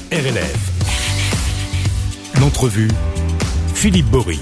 RLF. L'entrevue, Philippe Bory.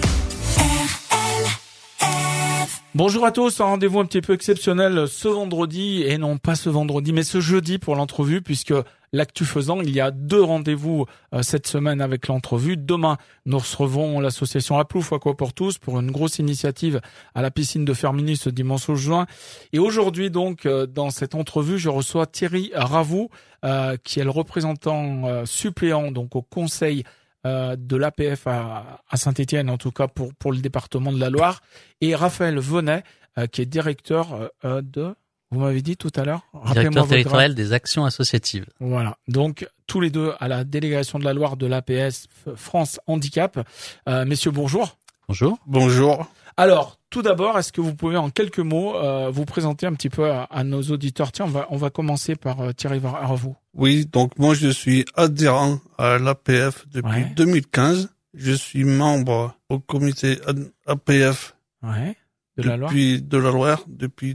Bonjour à tous, un rendez-vous un petit peu exceptionnel ce vendredi, et non pas ce vendredi, mais ce jeudi pour l'entrevue, puisque l'actu faisant, il y a 2 rendez-vous cette semaine avec l'entrevue. Demain, nous recevrons l'association Aplouf Aqua pour tous pour une grosse initiative à la piscine de Fermini ce dimanche 11 juin. Et aujourd'hui donc, dans cette entrevue, je reçois Thierry Ravoux, qui est le représentant suppléant donc au conseil de l'APF à Saint-Étienne, en tout cas pour le département de la Loire, et Raphaël Venet, qui est directeur de, vous m'avez dit tout à l'heure, directeur territorial des actions associatives. Voilà, donc tous les deux à la délégation de la Loire de l'APS France Handicap. Messieurs, bonjour. Bonjour. Bonjour. Alors, tout d'abord, est-ce que vous pouvez en quelques mots vous présenter un petit peu à nos auditeurs? Tiens, on va commencer par Thierry Ravoux. Oui, donc moi je suis adhérent à l'APF depuis 2015. Je suis membre au comité APF de la Loire depuis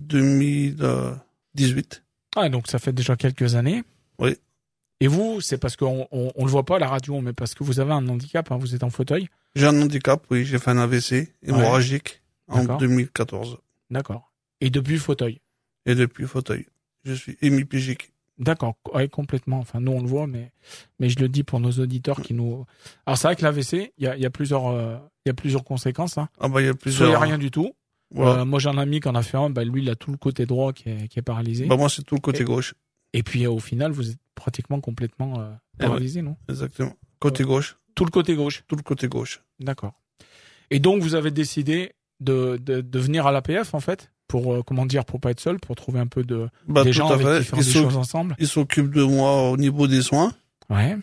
2018. Ah, donc ça fait déjà quelques années. Oui. Et vous, c'est parce qu'on le voit pas à la radio, mais parce que vous avez un handicap, hein, vous êtes en fauteuil? J'ai un handicap, oui, j'ai fait un AVC hémorragique en 2014. D'accord. Et depuis fauteuil? Et depuis fauteuil. Je suis hémiplégique. D'accord, ouais, complètement. Enfin, nous on le voit, mais je le dis pour nos auditeurs qui nous. Alors c'est vrai que l'AVC, il y a plusieurs conséquences. Hein. Ah bah il y a plusieurs. Soit il y a rien du tout. Voilà. Moi j'ai un ami qui en a fait un. Bah lui il a tout le côté droit qui est paralysé. Bah moi c'est tout le côté gauche. Et puis au final vous êtes pratiquement complètement paralysé, non? Exactement. Côté gauche. Tout le côté gauche. Tout le côté gauche. D'accord. Et donc vous avez décidé de venir à l'APF en fait pour pour pas être seul, pour trouver un peu des gens avec qui faire des choses ensemble. Ils s'occupent de moi au niveau des soins. Ouais.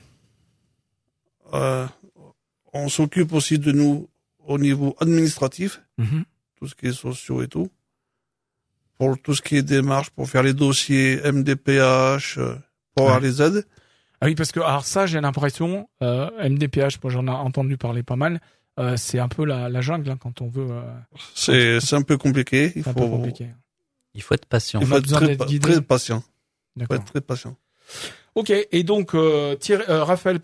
On s'occupe aussi de nous au niveau administratif, tout ce qui est sociaux et tout. Pour tout ce qui est démarche, pour faire les dossiers MDPH, pour avoir les aides. Ah oui, parce que alors ça, j'ai l'impression, MDPH, moi j'en ai entendu parler pas mal. C'est un peu la jungle hein, quand on veut. C'est un peu compliqué. Un peu compliqué. Il faut être patient. Il faut être très patient. Il faut être très patient. Ok. Et donc Raphaël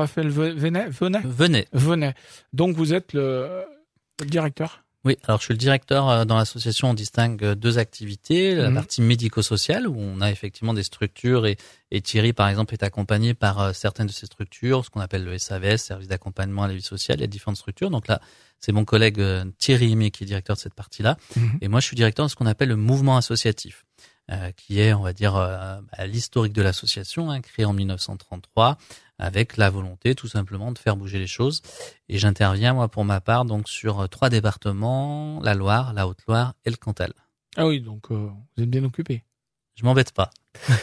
Venet. Donc vous êtes le directeur. Oui, alors je suis le directeur dans l'association. On distingue 2 activités, la partie médico-sociale où on a effectivement des structures et Thierry par exemple est accompagné par certaines de ces structures, ce qu'on appelle le SAVS, service d'accompagnement à la vie sociale, il y a différentes structures. Donc là, c'est mon collègue Thierry Aimé qui est directeur de cette partie-là et moi je suis directeur de ce qu'on appelle le mouvement associatif. Qui est, on va dire, l'historique de l'association, hein, créée en 1933, avec la volonté tout simplement de faire bouger les choses. Et j'interviens, moi, pour ma part, donc sur 3 départements, la Loire, la Haute-Loire et le Cantal. Ah oui, donc vous êtes bien occupé. Je m'embête pas.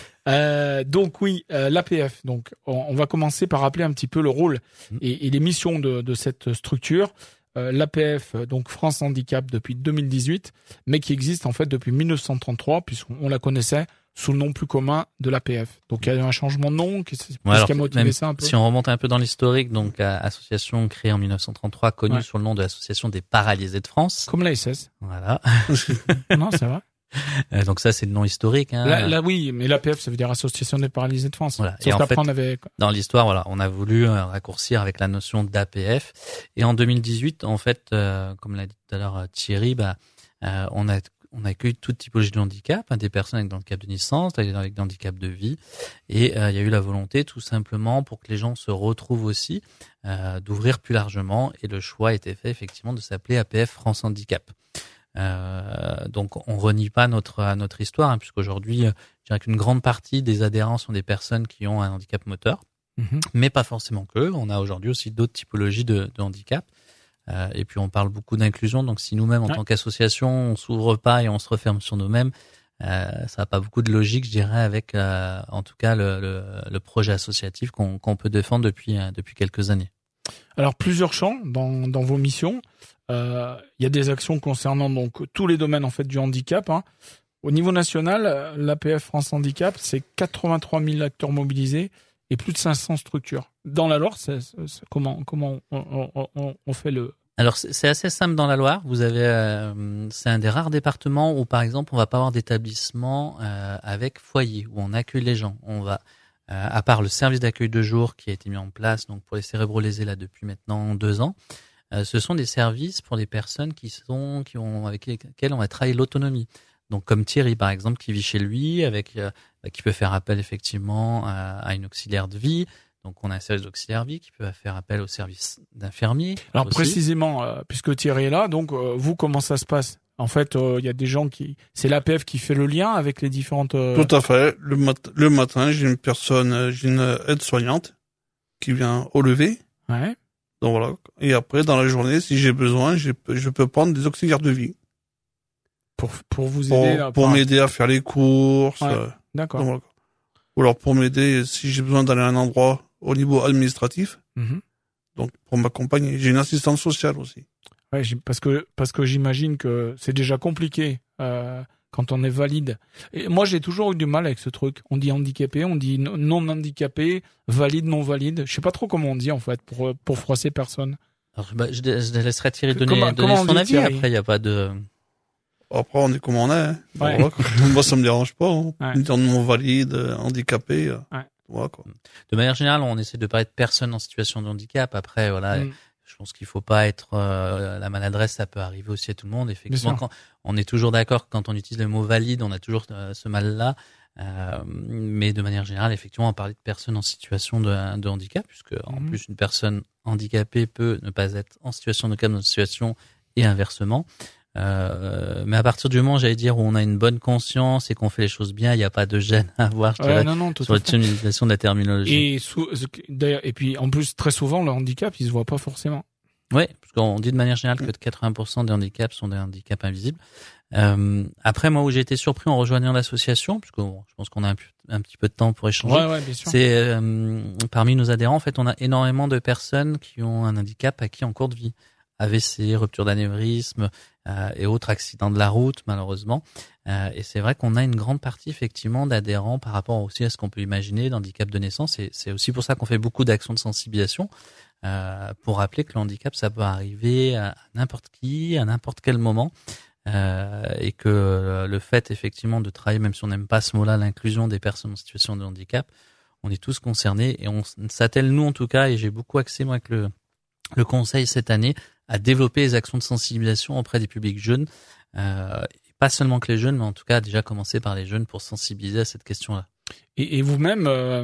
Donc oui, l'APF. Donc on va commencer par rappeler un petit peu le rôle et les missions de cette structure. L'APF, donc France Handicap depuis 2018, mais qui existe en fait depuis 1933, puisqu'on la connaissait sous le nom plus commun de l'APF. Donc il y a eu un changement de nom, qu'est-ce qui a motivé ça un peu? Si on remonte un peu dans l'historique, donc association créée en 1933, connue sous le nom de l'Association des Paralysés de France. Comme la SS. Voilà. Non, ça va. Donc ça, c'est le nom historique. Hein. Là, oui, mais l'APF, ça veut dire Association des Paralysés de France. Voilà. Sauf qu'après, on avait... Dans l'histoire, voilà, on a voulu raccourcir avec la notion d'APF. Et en 2018, en fait, comme l'a dit tout à l'heure Thierry, on a accueilli toute typologie de handicap, hein, des personnes avec des handicaps de naissance, avec des handicaps de vie. Et il y a eu la volonté, tout simplement, pour que les gens se retrouvent aussi, d'ouvrir plus largement. Et le choix a été fait, effectivement, de s'appeler APF France Handicap. Donc on renie pas notre histoire, hein, puisqu'aujourd'hui, je dirais qu'une grande partie des adhérents sont des personnes qui ont un handicap moteur, mais pas forcément que. On a aujourd'hui aussi d'autres typologies de handicap. Et puis on parle beaucoup d'inclusion, donc si nous-mêmes en tant qu'association on s'ouvre pas et on se referme sur nous-mêmes, ça n'a pas beaucoup de logique, je dirais, avec en tout cas le projet associatif qu'on peut défendre depuis quelques années. Alors plusieurs champs dans vos missions. Il y a des actions concernant donc tous les domaines en fait du handicap. Hein. Au niveau national, l'APF France Handicap, c'est 83 000 acteurs mobilisés et plus de 500 structures. Dans la Loire, comment on fait le... Alors c'est assez simple dans la Loire. Vous avez, c'est un des rares départements où par exemple on va pas avoir d'établissement avec foyer où on accueille les gens. On va à part le service d'accueil de jour qui a été mis en place donc pour les cérébro-lésés là depuis maintenant 2 ans, ce sont des services pour les personnes avec lesquelles on va travailler l'autonomie. Donc comme Thierry par exemple qui vit chez lui qui peut faire appel effectivement à une auxiliaire de vie. Donc on a un service d'auxiliaire vie qui peut faire appel au service d'infirmier. Alors aussi. précisément, puisque Thierry est là, donc vous comment ça se passe? En fait, il y a des gens c'est l'APF qui fait le lien avec les différentes. Tout à fait. Le matin, j'ai une aide-soignante qui vient au lever. Ouais. Donc voilà. Et après, dans la journée, si j'ai besoin, je peux prendre des auxiliaires de vie. Pour vous aider. Pour m'aider à faire les courses. Ouais. D'accord. Donc voilà. Ou alors pour m'aider si j'ai besoin d'aller à un endroit au niveau administratif. Mhm. Donc pour m'accompagner. J'ai une assistante sociale aussi. Ouais, parce que j'imagine que c'est déjà compliqué quand on est valide. Et moi, j'ai toujours eu du mal avec ce truc. On dit handicapé, on dit non handicapé, valide, non valide. Je sais pas trop comment on dit en fait pour froisser personne. Alors, je laisserai Thierry donner comment son avis. Thierry Après, il n'y a pas de. Après, on est comme on est. Hein. Ouais. Voilà, moi, ça me dérange pas. Hein. Ouais. Dire non valide, handicapé. Ouais. Voilà, quoi. De manière générale, on essaie de parler de personnes en situation de handicap. Après, voilà. Je pense qu'il faut pas être la maladresse, ça peut arriver aussi à tout le monde. Effectivement, quand on est toujours d'accord quand on utilise le mot valide, on a toujours ce mal-là. Mais de manière générale, effectivement, on parlait de personnes en situation de handicap, puisque en plus une personne handicapée peut ne pas être en situation de handicap dans une situation et inversement. Mais à partir du moment, j'allais dire, où on a une bonne conscience et qu'on fait les choses bien, il n'y a pas de gêne à avoir sur l'utilisation de la terminologie. Et puis, en plus, très souvent, le handicap, il se voit pas forcément. Oui, parce qu'on dit de manière générale que 80% des handicaps sont des handicaps invisibles. Après, moi, où j'ai été surpris en rejoignant l'association, puisque je pense qu'on a un petit peu de temps pour échanger, ouais, bien sûr. c'est parmi nos adhérents, en fait, on a énormément de personnes qui ont un handicap acquis en cours de vie. AVC, rupture d'anévrisme et autres accidents de la route, malheureusement. Et c'est vrai qu'on a une grande partie, effectivement, d'adhérents par rapport aussi à ce qu'on peut imaginer d'handicap de naissance. Et c'est aussi pour ça qu'on fait beaucoup d'actions de sensibilisation pour rappeler que le handicap, ça peut arriver à n'importe qui, à n'importe quel moment. Et que le fait, effectivement, de travailler, même si on n'aime pas ce mot-là, l'inclusion des personnes en situation de handicap, on est tous concernés. Et on s'attelle, nous, en tout cas, et j'ai beaucoup axé, moi, avec le conseil cette année, à développer les actions de sensibilisation auprès des publics jeunes, pas seulement que les jeunes, mais en tout cas déjà commencer par les jeunes pour sensibiliser à cette question-là. Et vous-même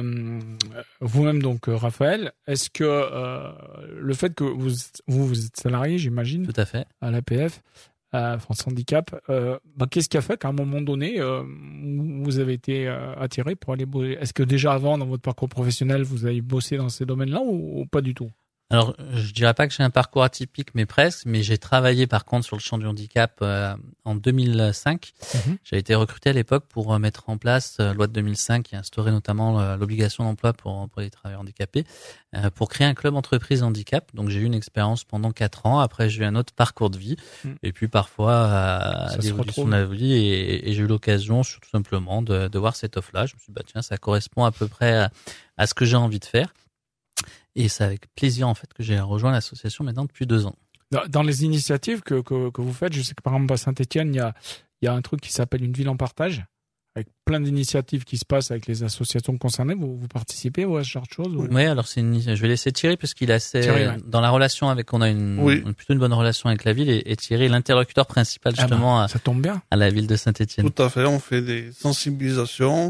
donc Raphaël, est-ce que le fait que vous êtes salarié, j'imagine, tout à fait, à l'APF, France Handicap, qu'est-ce qui a fait qu'à un moment donné vous avez été attiré pour aller bosser? Est-ce que déjà avant dans votre parcours professionnel vous avez bossé dans ces domaines-là ou pas du tout? Alors, je dirais pas que j'ai un parcours atypique, mais presque. Mais j'ai travaillé par contre sur le champ du handicap en 2005. J'ai été recruté à l'époque pour mettre en place loi de 2005 qui a instauré notamment l'obligation d'emploi pour les travailleurs handicapés, pour créer un club entreprise handicap. Donc j'ai eu une expérience pendant 4 ans. Après j'ai eu un autre parcours de vie et puis parfois l'évolution de la vie et j'ai eu l'occasion tout simplement de voir cette offre-là. Je me suis dit tiens, ça correspond à peu près à ce que j'ai envie de faire. Et c'est avec plaisir en fait que j'ai rejoint l'association maintenant depuis 2 ans. Dans les initiatives que vous faites, je sais que par exemple à Saint-Étienne, il y a un truc qui s'appelle une ville en partage, avec plein d'initiatives qui se passent avec les associations concernées. Vous participez à ce genre de choses ou... Oui, alors je vais laisser Thierry parce qu'il est assez dans la relation avec. On a plutôt une bonne relation avec la ville et Thierry est l'interlocuteur principal justement ça tombe bien. À la ville de Saint-Étienne. Tout à fait, on fait des sensibilisations,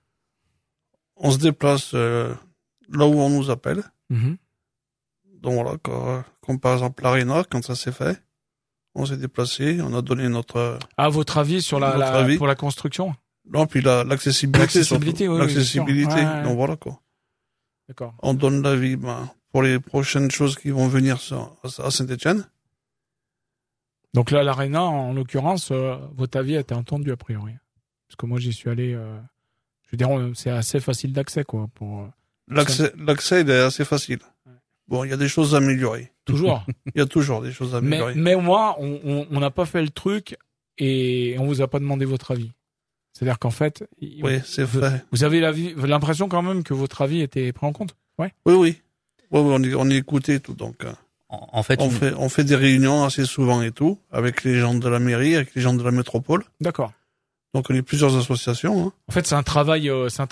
on se déplace là où on nous appelle. Donc voilà, comme par exemple l'Arena, quand ça s'est fait, on s'est déplacé, on a donné notre votre avis sur pour la construction. Non, puis l'accessibilité, oui, l'accessibilité. Ouais. Donc voilà quoi. D'accord. On donne l'avis pour les prochaines choses qui vont venir à Saint-Étienne. Donc là, l'Arena, en l'occurrence, votre avis a été entendu a priori, parce que moi j'y suis allé. Je veux dire, c'est assez facile d'accès quoi pour. L'accès, il est assez facile. Bon, il y a des choses à améliorer. Toujours. Il y a toujours des choses à améliorer. Mais au moins, on n'a pas fait le truc et on vous a pas demandé votre avis. C'est-à-dire qu'en fait, oui, c'est fait. Vous avez l'impression quand même que votre avis était pris en compte. Ouais. Oui, on est écouté tout donc. En fait, on fait des réunions assez souvent et tout avec les gens de la mairie, avec les gens de la métropole. D'accord. Donc on est plusieurs associations. Hein. En fait, c'est un travail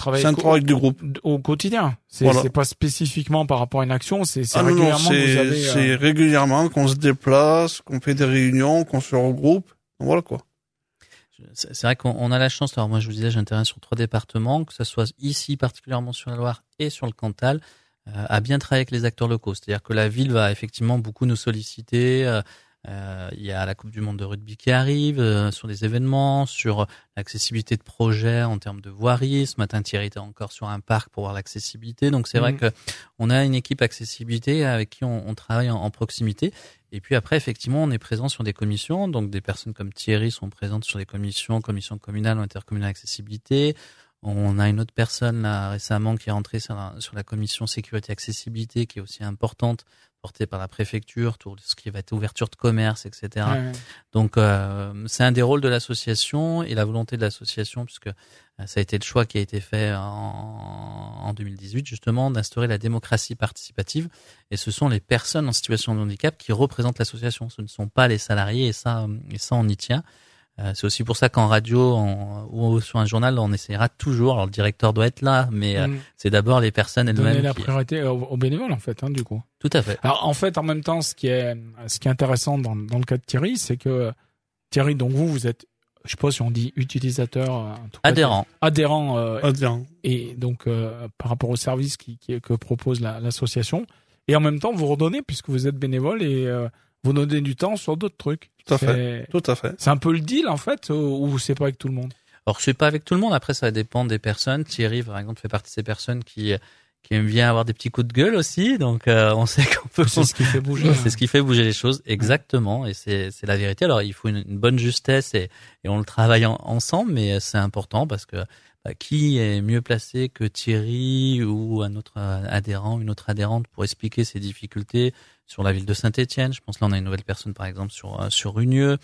du groupe au quotidien. C'est pas spécifiquement par rapport à une action. C'est régulièrement que vous avez. C'est régulièrement qu'on se déplace, qu'on fait des réunions, qu'on se regroupe. Donc, voilà quoi. C'est vrai qu'on a la chance. Alors moi, je vous disais, j'interviens sur 3 départements, que ce soit ici particulièrement sur la Loire et sur le Cantal, à bien travailler avec les acteurs locaux. C'est-à-dire que la ville va effectivement beaucoup nous solliciter. Il y a la Coupe du Monde de rugby qui arrive, sur des événements, sur l'accessibilité de projets en termes de voirie. Ce matin, Thierry était encore sur un parc pour voir l'accessibilité. Donc c'est vrai que on a une équipe accessibilité avec qui on travaille en proximité. Et puis après, effectivement, on est présent sur des commissions. Donc des personnes comme Thierry sont présentes sur des commissions communales ou intercommunales accessibilité. On a une autre personne là récemment qui est rentrée sur la commission sécurité accessibilité, qui est aussi importante, portée par la préfecture, tout ce qui va être ouverture de commerce, etc. Ouais. Donc c'est un des rôles de l'association et la volonté de l'association, puisque ça a été le choix qui a été fait en 2018 justement, d'instaurer la démocratie participative. Et ce sont les personnes en situation de handicap qui représentent l'association. Ce ne sont pas les salariés, et ça on y tient. C'est aussi pour ça qu'en radio ou sur un journal, on essaiera toujours. Alors le directeur doit être là, mais c'est d'abord les personnes elles-mêmes. Donner la priorité aux bénévoles en fait, du coup. Tout à fait. Alors en fait, en même temps, ce qui est intéressant dans le cas de Thierry, c'est que Thierry, donc vous êtes, je sais pas si on dit utilisateur, adhérent. Adhérent. Et donc par rapport au service que propose l'association, et en même temps vous redonnez puisque vous êtes bénévole et vous donnez du temps sur d'autres trucs. Tout à fait. C'est un peu le deal, en fait, ou c'est pas avec tout le monde? Alors, c'est pas avec tout le monde. Après, ça dépend des personnes. Thierry, par exemple, fait partie de ces personnes qui aiment bien avoir des petits coups de gueule aussi. Donc, on sait qu'on peut. C'est ce qui fait bouger. C'est ce qui fait bouger les choses. Exactement. Et c'est la vérité. Alors, il faut une bonne justesse et on le travaille ensemble, mais c'est important parce que, qui est mieux placé que Thierry ou un autre adhérent, une autre adhérente pour expliquer ses difficultés sur la ville de Saint-Étienne. Je pense là on a une nouvelle personne par exemple sur Unieux,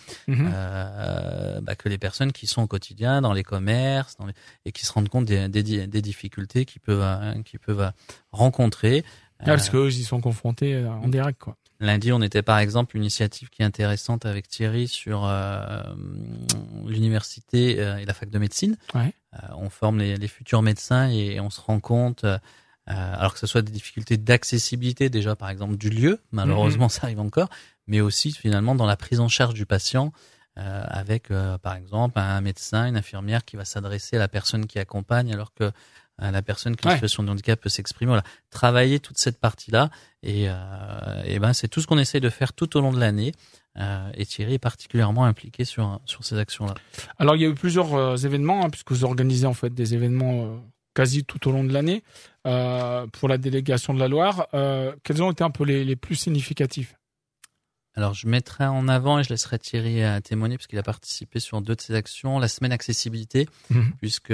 que les personnes qui sont au quotidien dans les commerces et qui se rendent compte des difficultés qu'ils peuvent rencontrer. Parce qu'eux ils y sont confrontés en direct quoi. Lundi, on était par exemple une initiative qui est intéressante avec Thierry sur l'université et la fac de médecine. Ouais. On forme les futurs médecins et on se rend compte, alors que ce soit des difficultés d'accessibilité déjà par exemple du lieu, malheureusement ça arrive encore, mais aussi finalement dans la prise en charge du patient avec par exemple un médecin, une infirmière qui va s'adresser à la personne qui accompagne alors que la personne qui est en situation de handicap peut s'exprimer. Voilà, travailler toute cette partie-là et c'est tout ce qu'on essaye de faire tout au long de l'année. Et Thierry est particulièrement impliqué sur ces actions-là. Alors il y a eu plusieurs événements puisque vous organisez en fait des événements quasi tout au long de l'année pour la délégation de la Loire. Quels ont été un peu les plus significatifs? Alors, je mettrai en avant et je laisserai Thierry témoigner parce qu'il a participé sur 2 de ces actions. La semaine accessibilité, puisque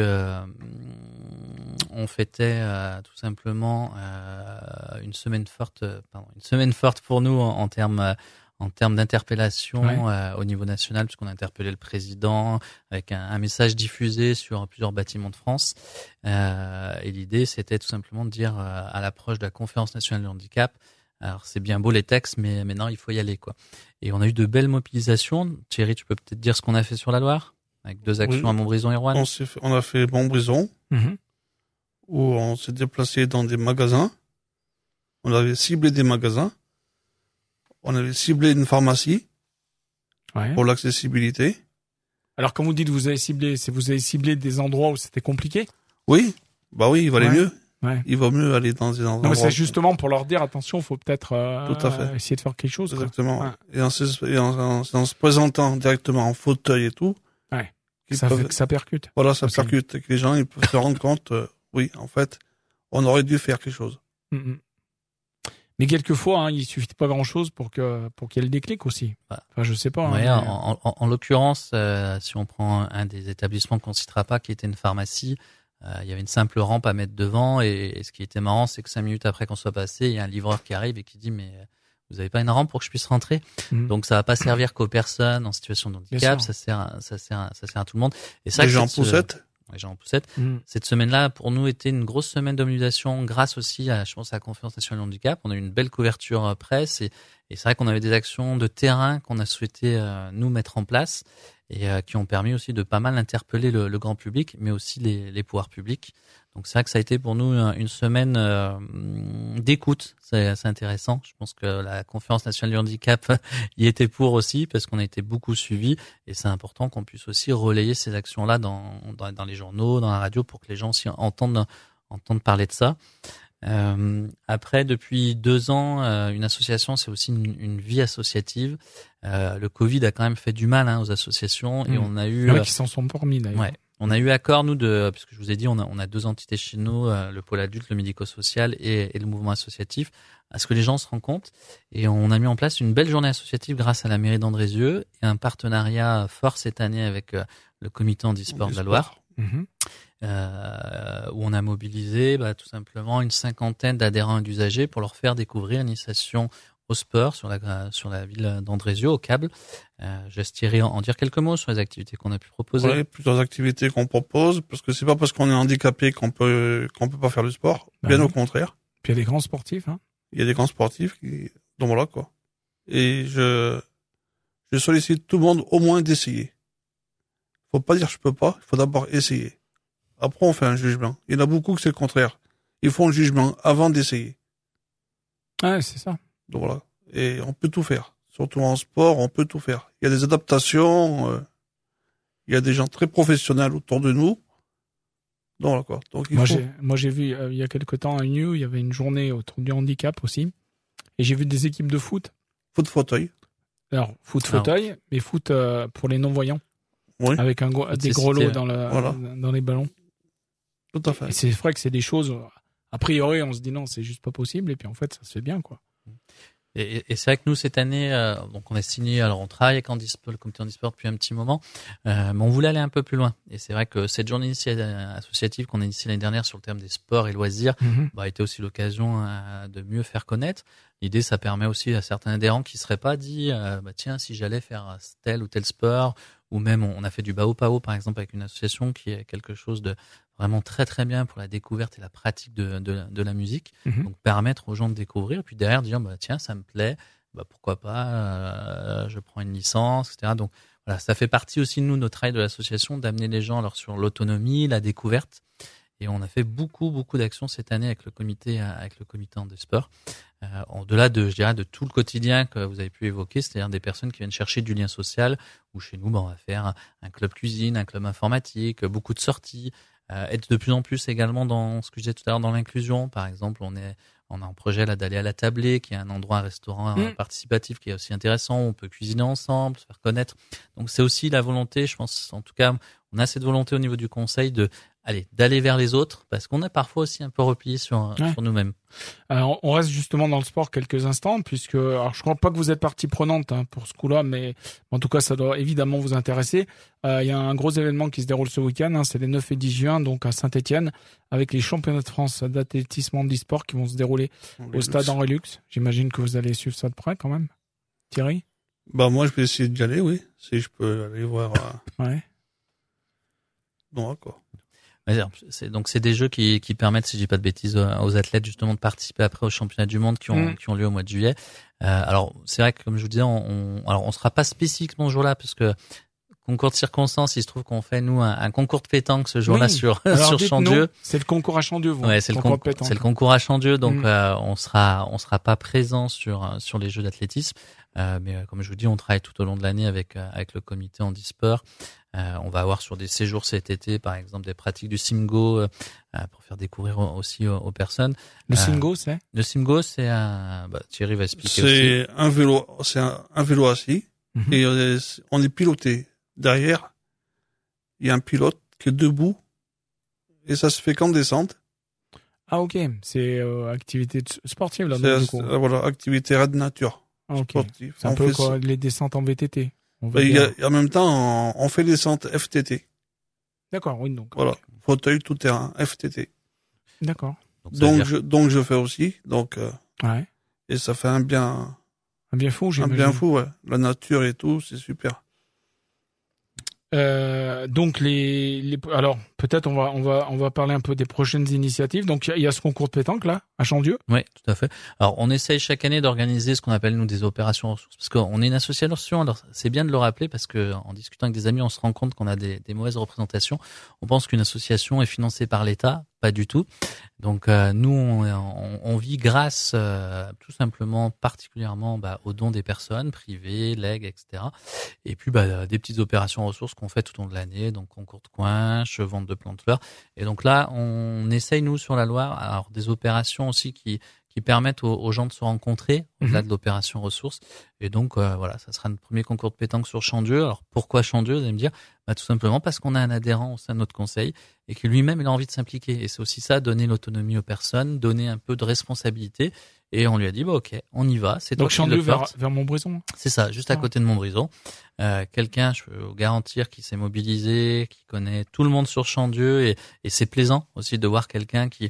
on fêtait tout simplement une semaine forte pour nous en termes d'interpellation au niveau national, puisqu'on a interpellé le président avec un message diffusé sur plusieurs bâtiments de France. Et l'idée, c'était tout simplement de dire à l'approche de la Conférence nationale du handicap, alors c'est bien beau les textes, mais maintenant il faut y aller quoi. Et on a eu de belles mobilisations. Thierry, tu peux peut-être dire ce qu'on a fait sur la Loire avec 2 actions à Montbrison et Roanne. On a fait Montbrison où on s'est déplacé dans des magasins. On avait ciblé des magasins. On avait ciblé une pharmacie pour l'accessibilité. Alors quand vous dites vous avez ciblé des endroits où c'était compliqué? Oui, il valait mieux. Ouais. Il vaut mieux aller dans des endroits. Non, mais c'est justement pour leur dire attention, faut peut-être tout à fait. essayer de faire quelque chose. Exactement. Ouais. Et en se présentant directement en fauteuil et tout. Ouais. Fait que ça percute. Voilà, ça percute. Et que les gens ils peuvent se rendre compte, oui, en fait, on aurait dû faire quelque chose. Mais quelquefois, il suffit pas grand-chose pour qu'il y ait le déclic aussi. Enfin, je sais pas. Ouais, en l'occurrence, si on prend un des établissements qu'on citera pas, qui était une pharmacie. Il y avait une simple rampe à mettre devant et ce qui était marrant, c'est que 5 minutes après qu'on soit passé, il y a un livreur qui arrive et qui dit mais vous avez pas une rampe pour que je puisse rentrer? Donc ça va pas servir qu'aux personnes en situation de handicap, ça sert à tout le monde. Et ça, les gens poussettes. Cette semaine-là, pour nous, était une grosse semaine de mobilisation grâce aussi à, je pense, à la Conférence nationale du handicap. On a eu une belle couverture presse et c'est vrai qu'on avait des actions de terrain qu'on a souhaité nous mettre en place. et qui ont permis aussi de pas mal interpeller le grand public, mais aussi les pouvoirs publics. Donc c'est vrai que ça a été pour nous une semaine d'écoute, c'est intéressant. Je pense que la Conférence nationale du handicap y était pour aussi, parce qu'on a été beaucoup suivis, et c'est important qu'on puisse aussi relayer ces actions-là dans les journaux, dans la radio, pour que les gens aussi entendent parler de ça. Après, depuis 2 ans, une association, c'est aussi une vie associative. Le Covid a quand même fait du mal aux associations, et on a eu... Il y en a qui s'en sont pas remis d'ailleurs. Ouais. On a eu accord, nous, puisque je vous ai dit, on a 2 entités chez nous, le pôle adulte, le médico-social et le mouvement associatif, à ce que les gens se rencontrent. Et on a mis en place une belle journée associative grâce à la mairie d'Andrézieux et un partenariat fort cette année avec le comité handisport de la Loire. Où on a mobilisé tout simplement une 50aine d'adhérents et d'usagers pour leur faire découvrir l'initiation au sport sur la ville d'Andrézieux, au câble. Je laisse Thierry en dire quelques mots sur les activités qu'on a pu proposer. Oui, plusieurs activités qu'on propose, parce que c'est pas parce qu'on est handicapé qu'on peut pas faire du sport, bien au contraire. Puis il y a des grands sportifs, Il y a des grands sportifs donc voilà, quoi. Et je sollicite tout le monde au moins d'essayer. Faut pas dire je peux pas, il faut d'abord essayer. Après on fait un jugement. Il y en a beaucoup que c'est le contraire. Ils font le jugement avant d'essayer. Ouais, c'est ça. Donc voilà. Et on peut tout faire. Surtout en sport, on peut tout faire. Il y a des adaptations, il y a des gens très professionnels autour de nous. Donc voilà, quoi. Donc moi j'ai vu il y a quelque temps à New, il y avait une journée autour du handicap aussi. Et j'ai vu des équipes de foot. Foot fauteuil. Alors, fauteuil, mais foot pour les non-voyants. Oui. Avec des gros lots dans les ballons. Tout à fait. Et c'est vrai que c'est des choses, a priori, on se dit non, c'est juste pas possible. Et puis en fait, ça se fait bien, quoi. Et c'est vrai que nous, cette année, donc on a signé, alors on travaille avec le comité handisport depuis un petit moment, mais on voulait aller un peu plus loin. Et c'est vrai que cette journée associative qu'on a initiée l'année dernière sur le thème des sports et loisirs, a été aussi l'occasion de mieux faire connaître. L'idée, ça permet aussi à certains adhérents qui seraient pas dit, tiens, si j'allais faire tel ou tel sport, ou même on a fait du Bao Pao, par exemple, avec une association qui est quelque chose de vraiment très très bien pour la découverte et la pratique de la musique. Donc permettre aux gens de découvrir, puis derrière dire tiens, ça me plaît, pourquoi pas, je prends une licence, etc. Donc voilà, ça fait partie aussi de nous, notre travail de l'association, d'amener les gens alors sur l'autonomie, la découverte. Et on a fait beaucoup d'actions cette année avec le comité handisport. Au-delà de tout le quotidien que vous avez pu évoquer, c'est-à-dire des personnes qui viennent chercher du lien social, où chez nous, on va faire un club cuisine, un club informatique, beaucoup de sorties, être de plus en plus également dans ce que je disais tout à l'heure, dans l'inclusion. Par exemple, on a un projet là d'aller à la Tablée, qui est un endroit, un restaurant participatif qui est aussi intéressant, où on peut cuisiner ensemble, se faire connaître. Donc c'est aussi la volonté, je pense, en tout cas, on a cette volonté au niveau du conseil d'aller vers les autres, parce qu'on est parfois aussi un peu replié sur nous-mêmes. Alors, on reste justement dans le sport quelques instants, puisque, alors je crois pas que vous êtes partie prenante pour ce coup-là, mais en tout cas, ça doit évidemment vous intéresser. Il y a un gros événement qui se déroule ce week-end, c'est les 9 et 10 juin, donc à Saint-Étienne, avec les championnats de France d'athlétisme handisport qui vont se dérouler au stade Henri Lux. J'imagine que vous allez suivre ça de près quand même, Thierry. Moi, je vais essayer d'y aller, oui, si je peux aller voir. Ouais. Non, d'accord. C'est des jeux qui permettent, si je dis pas de bêtises, aux athlètes justement de participer après aux championnats du monde qui ont lieu au mois de juillet. Alors c'est vrai que comme je vous disais, on sera pas spécifiquement ce jour-là parce que concours de circonstances, il se trouve qu'on fait nous un concours de pétanque ce jour-là sur Chandieu. C'est le concours à Chandieu, vous. Ouais, c'est le concours à Chandieu, donc on sera pas présent sur les jeux d'athlétisme. Mais comme je vous dis, on travaille tout au long de l'année avec le comité handisport. On va avoir sur des séjours cet été, par exemple, des pratiques du Simgo pour faire découvrir aussi aux personnes. Le Simgo, c'est Le Simgo, c'est Thierry va expliquer aussi. C'est un vélo assis et on est piloté. Derrière, il y a un pilote qui est debout et ça se fait qu'en descente. Ah ok, c'est activité sportive là. Voilà, activité raid nature. Ah, ok. Sportive. C'est un peu les descentes en VTT. En même temps, on fait des descentes FTT. D'accord, oui, donc. Voilà, fauteuil tout terrain, FTT. D'accord. Donc je fais aussi, ouais. Et ça fait un bien fou, j'imagine. Un bien fou, ouais. La nature et tout, c'est super. Donc alors peut-être on va parler un peu des prochaines initiatives. Donc il y a ce concours de pétanque là à Chandieu. Oui, tout à fait. Alors on essaye chaque année d'organiser ce qu'on appelle nous des opérations ressources, parce qu'on est une association. Alors c'est bien de le rappeler parce que en discutant avec des amis, on se rend compte qu'on a des mauvaises représentations. On pense qu'une association est financée par l'État, pas du tout. Donc nous on vit grâce tout simplement particulièrement aux dons des personnes privées, legs, etc. Et puis des petites opérations ressources qu'on fait tout au long de l'année, donc concours de coinche, vente de plantes fleurs. Et donc là on essaye nous sur la Loire, alors des opérations aussi qui permettent aux gens de se rencontrer au-delà de l'opération ressources. Et donc voilà, ça sera notre premier concours de pétanque sur Chandieu. Alors pourquoi Chandieu, vous allez me dire? Tout simplement parce qu'on a un adhérent au sein de notre conseil et que lui-même il a envie de s'impliquer. Et c'est aussi ça, donner l'autonomie aux personnes, donner un peu de responsabilité. Et on lui a dit ok, on y va. C'est donc Chandieu vers Montbrison. C'est ça, juste à côté de Montbrison. Quelqu'un, je peux vous garantir, qui s'est mobilisé, qui connaît tout le monde sur Chandieu, et c'est plaisant aussi de voir quelqu'un qui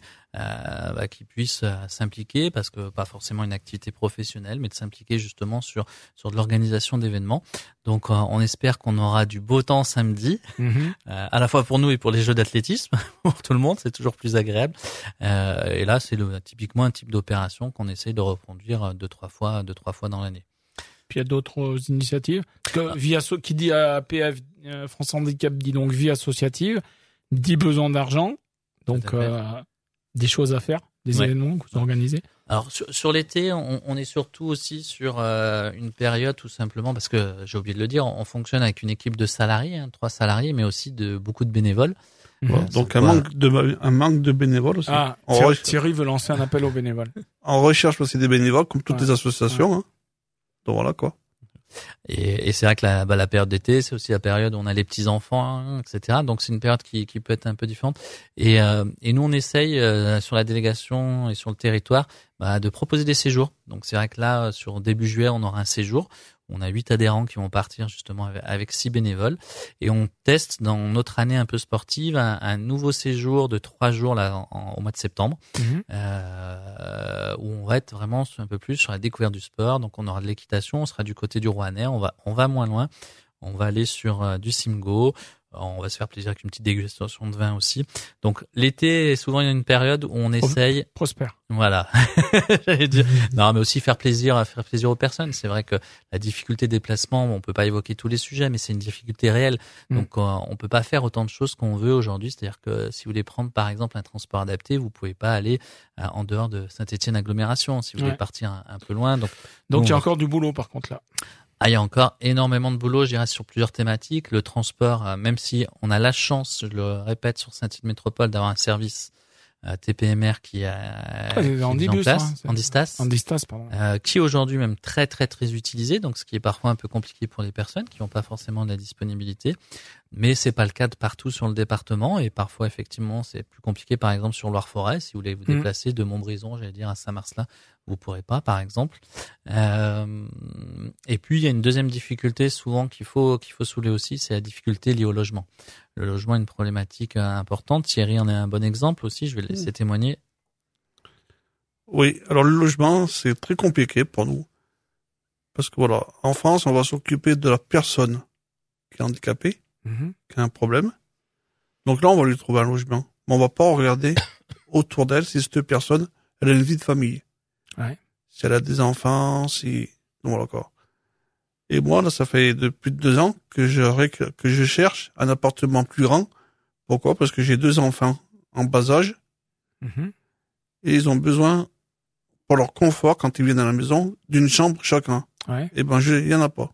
puisse s'impliquer, parce que pas forcément une activité professionnelle, mais de s'impliquer justement sur de l'organisation d'événements. Donc on espère qu'on aura du beau temps samedi, à la fois pour nous et pour les jeux d'athlétisme, pour tout le monde, c'est toujours plus agréable. Et là, c'est typiquement un type d'opération qu'on essaie de reproduire deux, trois fois dans l'année. Puis il y a d'autres initiatives. Qui dit APF, France Handicap dit donc vie associative, dit besoin d'argent, donc des choses à faire, des événements que vous organisez. Alors sur l'été, on est surtout aussi sur une période tout simplement, parce que j'ai oublié de le dire, on fonctionne avec une équipe de salariés, 3 salariés, mais aussi de beaucoup de bénévoles. Donc un manque de bénévoles aussi. Ah, Thierry veut lancer un appel aux bénévoles. On recherche aussi des bénévoles, comme toutes les associations. Hein. Donc voilà quoi. Et c'est vrai que la période d'été, c'est aussi la période où on a les petits enfants, etc. Donc c'est une période qui peut être un peu différente. Et nous on essaye sur la délégation et sur le territoire de proposer des séjours. Donc c'est vrai que là sur début juillet on aura un séjour. On a 8 adhérents qui vont partir justement avec 6 bénévoles, et on teste dans notre année un peu sportive un nouveau séjour de 3 jours là au mois de septembre, où on va être vraiment un peu plus sur la découverte du sport. Donc on aura de l'équitation, on sera du côté du Rouennais, on va moins loin, on va aller sur du Simgo. On va se faire plaisir avec une petite dégustation de vin aussi. Donc l'été, souvent il y a une période où on essaye prospère. Voilà. J'allais dire. Non, mais aussi faire plaisir aux personnes. C'est vrai que la difficulté des déplacement, on peut pas évoquer tous les sujets, mais c'est une difficulté réelle. Donc on peut pas faire autant de choses qu'on veut aujourd'hui. C'est-à-dire que si vous voulez prendre par exemple un transport adapté, vous pouvez pas aller en dehors de Saint-Étienne agglomération. Si vous voulez partir un peu loin, donc il y a encore du boulot par contre là. Il y a encore énormément de boulot, je dirais, sur plusieurs thématiques. Le transport, même si on a la chance, je le répète, sur Saint-Yves Métropole, d'avoir un service TPMR qui est mis en place, Andistas, qui est aujourd'hui même très très très utilisé, donc ce qui est parfois un peu compliqué pour les personnes qui n'ont pas forcément de la disponibilité. Mais c'est pas le cas de partout sur le département, et parfois effectivement c'est plus compliqué, par exemple sur Loire-Forêt, si vous voulez vous déplacer de Montbrison, j'allais dire, à Saint-Marcelin, vous pourrez pas, par exemple. Et puis il y a une deuxième difficulté souvent qu'il faut soulever aussi, c'est la difficulté liée au logement. Le logement est une problématique importante. Thierry en est un bon exemple aussi, je vais le laisser témoigner. Oui, alors le logement, c'est très compliqué pour nous. Parce que voilà, en France, on va s'occuper de la personne qui est handicapée, qui a un problème. Donc là, on va lui trouver un logement. Mais on va pas regarder autour d'elle si cette personne, elle a une vie de famille. Ouais. Si elle a des enfants, donc voilà quoi. Et moi, là, ça fait depuis 2 ans que je cherche un appartement plus grand. Pourquoi? Parce que j'ai 2 enfants en bas âge. Et ils ont besoin, pour leur confort, quand ils viennent à la maison, d'une chambre chacun. Ouais. Et il y en a pas.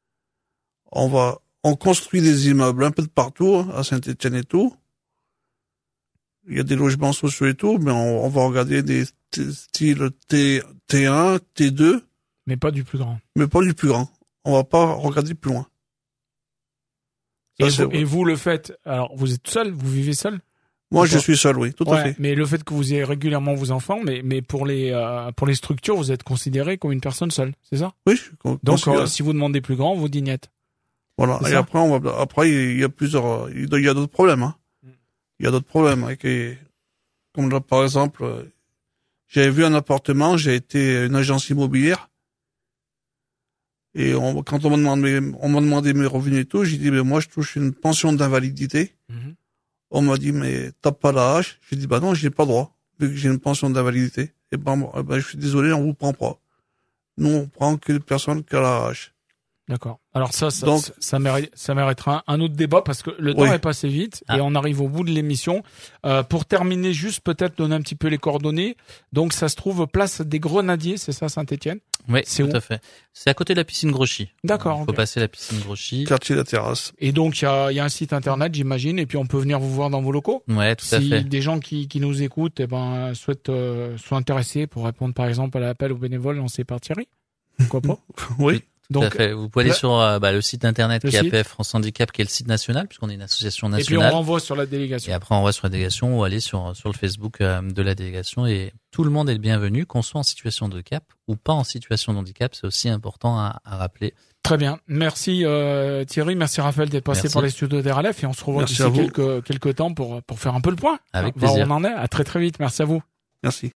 On construit des immeubles un peu de partout, à Saint-Étienne et tout. Il y a des logements sociaux et tout, mais on va regarder des styles T1, T2. Mais pas du plus grand. On va pas regarder plus loin. Et vous le faites, alors vous êtes seul, vous vivez seul? Moi, je suis seul, oui, tout à fait. Mais le fait que vous ayez régulièrement vos enfants, mais pour les structures, vous êtes considéré comme une personne seule, c'est ça? Oui. Donc, si vous demandez plus grand, vous dignette. Voilà. Et après, il y a plusieurs, il y a d'autres problèmes, hein. Il y a d'autres problèmes, comme là, par exemple, j'avais vu un appartement, j'ai été une agence immobilière. Et quand on m'a demandé mes revenus et tout, j'ai dit, moi, je touche une pension d'invalidité. On m'a dit, mais t'as pas l'âge. J'ai dit, non, j'ai pas droit, vu que j'ai une pension d'invalidité. Et je suis désolé, on vous prend pas. Nous, on prend que les personnes qui ont l'âge. D'accord. Alors ça méritera un autre débat parce que le temps est passé vite et on arrive au bout de l'émission. Pour terminer, juste peut-être donner un petit peu les coordonnées. Donc ça se trouve place des Grenadiers, c'est ça, Saint-Étienne? Oui, tout à fait. C'est à côté de la piscine Grouchy. D'accord. Il faut passer la piscine Grouchy. Quartier La Terrasse. Et donc il y a un site internet, j'imagine, et puis on peut venir vous voir dans vos locaux. Ouais, tout à fait. Si des gens qui nous écoutent, sont intéressés pour répondre par exemple à l'appel aux bénévoles lancé par Thierry. Pourquoi pas? Oui. Donc, tout à fait. Vous pouvez aller sur le site internet qui est APF France Handicap, qui est le site national, puisqu'on est une association nationale. Et puis on renvoie sur la délégation. Et après on renvoie sur la délégation ou aller sur le Facebook de la délégation. Et tout le monde est le bienvenu, qu'on soit en situation de handicap ou pas en situation de handicap. C'est aussi important à rappeler. Très bien. Merci Thierry, merci Raphaël d'être passé par les studios d'RLF et on se revoit d'ici quelques temps pour faire un peu le point. Avec plaisir. On en est. À très vite. Merci à vous. Merci.